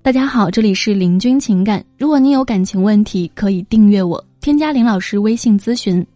大家好，这里是林君情感。如果你有感情问题，可以订阅我，添加林老师微信咨询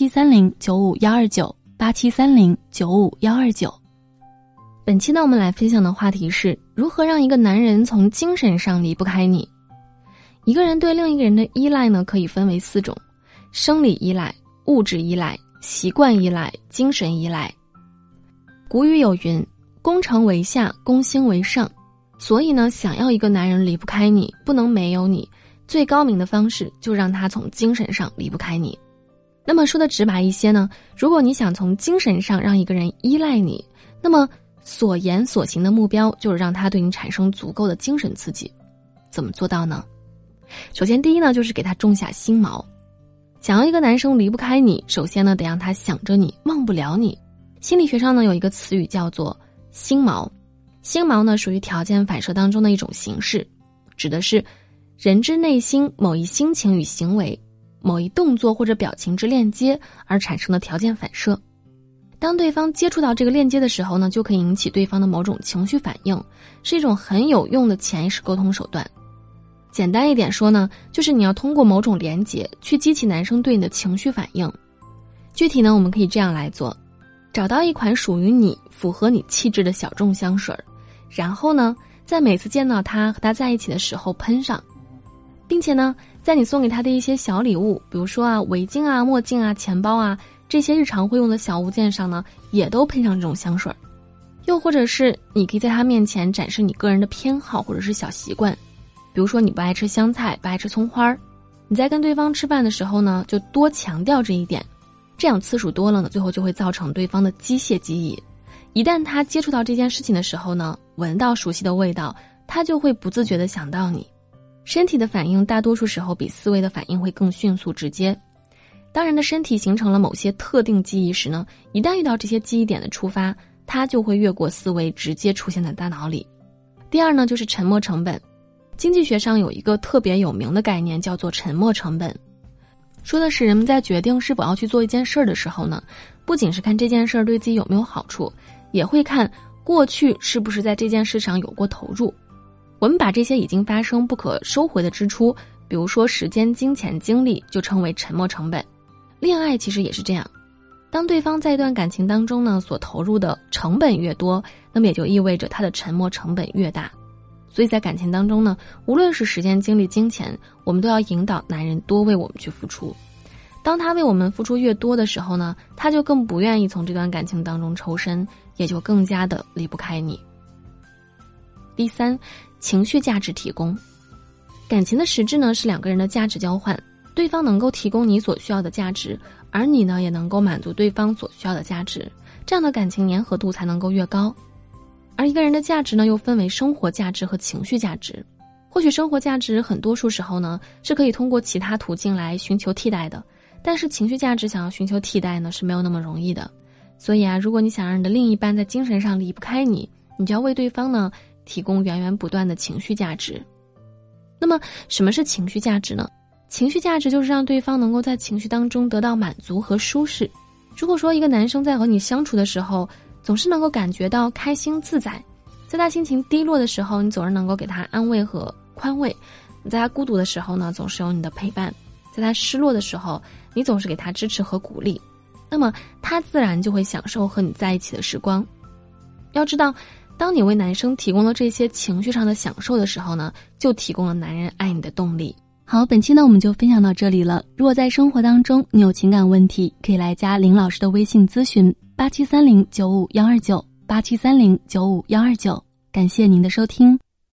8730-95129，8730-95129。本期呢，我们来分享的话题是如何让一个男人从精神上离不开你。一个人对另一个人的依赖呢，可以分为4种：生理依赖、物质依赖、习惯依赖、精神依赖。古语有云：攻城为下，攻心为上。所以呢，想要一个男人离不开你，不能没有你，最高明的方式就让他从精神上离不开你。那么说的直白一些呢，如果你想从精神上让一个人依赖你，那么所言所行的目标就是让他对你产生足够的精神刺激。怎么做到呢？首先第一呢，就是给他种下心锚。想要一个男生离不开你，首先呢，得让他想着你，忘不了你。心理学上呢，有一个词语叫做心锚。心锚呢，属于条件反射当中的一种形式，指的是人之内心某一心情与行为、某一动作或者表情之链接而产生的条件反射。当对方接触到这个链接的时候呢，就可以引起对方的某种情绪反应，是一种很有用的潜意识沟通手段。简单一点说呢，就是你要通过某种连结去激起男生对你的情绪反应。具体呢，我们可以这样来做：找到一款属于你、符合你气质的小众香水，然后呢，在每次见到他和他在一起的时候喷上，并且呢，在你送给他的一些小礼物，比如说围巾墨镜钱包这些日常会用的小物件上呢，也都喷上这种香水。又或者是你可以在他面前展示你个人的偏好或者是小习惯，比如说你不爱吃香菜，不爱吃葱花，你在跟对方吃饭的时候呢，就多强调这一点。这样次数多了呢，最后就会造成对方的机械记忆。一旦他接触到这件事情的时候呢，闻到熟悉的味道，他就会不自觉地想到你。身体的反应大多数时候比思维的反应会更迅速直接。当人的身体形成了某些特定记忆时呢，一旦遇到这些记忆点的触发，他就会越过思维直接出现在大脑里。第二呢，就是沉没成本。经济学上有一个特别有名的概念叫做沉没成本，说的是人们在决定是否要去做一件事儿的时候呢，不仅是看这件事儿对自己有没有好处，也会看过去是不是在这件事上有过投入。我们把这些已经发生不可收回的支出，比如说时间、金钱、精力，就称为沉没成本。恋爱其实也是这样，当对方在一段感情当中呢，所投入的成本越多，那么也就意味着他的沉没成本越大。所以在感情当中呢，无论是时间、精力、金钱，我们都要引导男人多为我们去付出。当他为我们付出越多的时候呢，他就更不愿意从这段感情当中抽身，也就更加的离不开你。第三，情绪价值提供。感情的实质呢，是两个人的价值交换，对方能够提供你所需要的价值，而你呢，也能够满足对方所需要的价值，这样的感情粘合度才能够越高。而一个人的价值呢，又分为生活价值和情绪价值。或许生活价值很多数时候呢，是可以通过其他途径来寻求替代的，但是情绪价值想要寻求替代呢，是没有那么容易的。所以如果你想让你的另一半在精神上离不开你，你就要为对方呢提供源源不断的情绪价值。那么什么是情绪价值呢？情绪价值就是让对方能够在情绪当中得到满足和舒适。如果说一个男生在和你相处的时候，总是能够感觉到开心自在，在他心情低落的时候，你总是能够给他安慰和宽慰；你在他孤独的时候呢，总是有你的陪伴；在他失落的时候，你总是给他支持和鼓励。那么他自然就会享受和你在一起的时光。要知道，当你为男生提供了这些情绪上的享受的时候呢，就提供了男人爱你的动力。好，本期呢我们就分享到这里了。如果在生活当中你有情感问题，可以来加林老师的微信咨询8730-95129，8730-95129。感谢您的收听。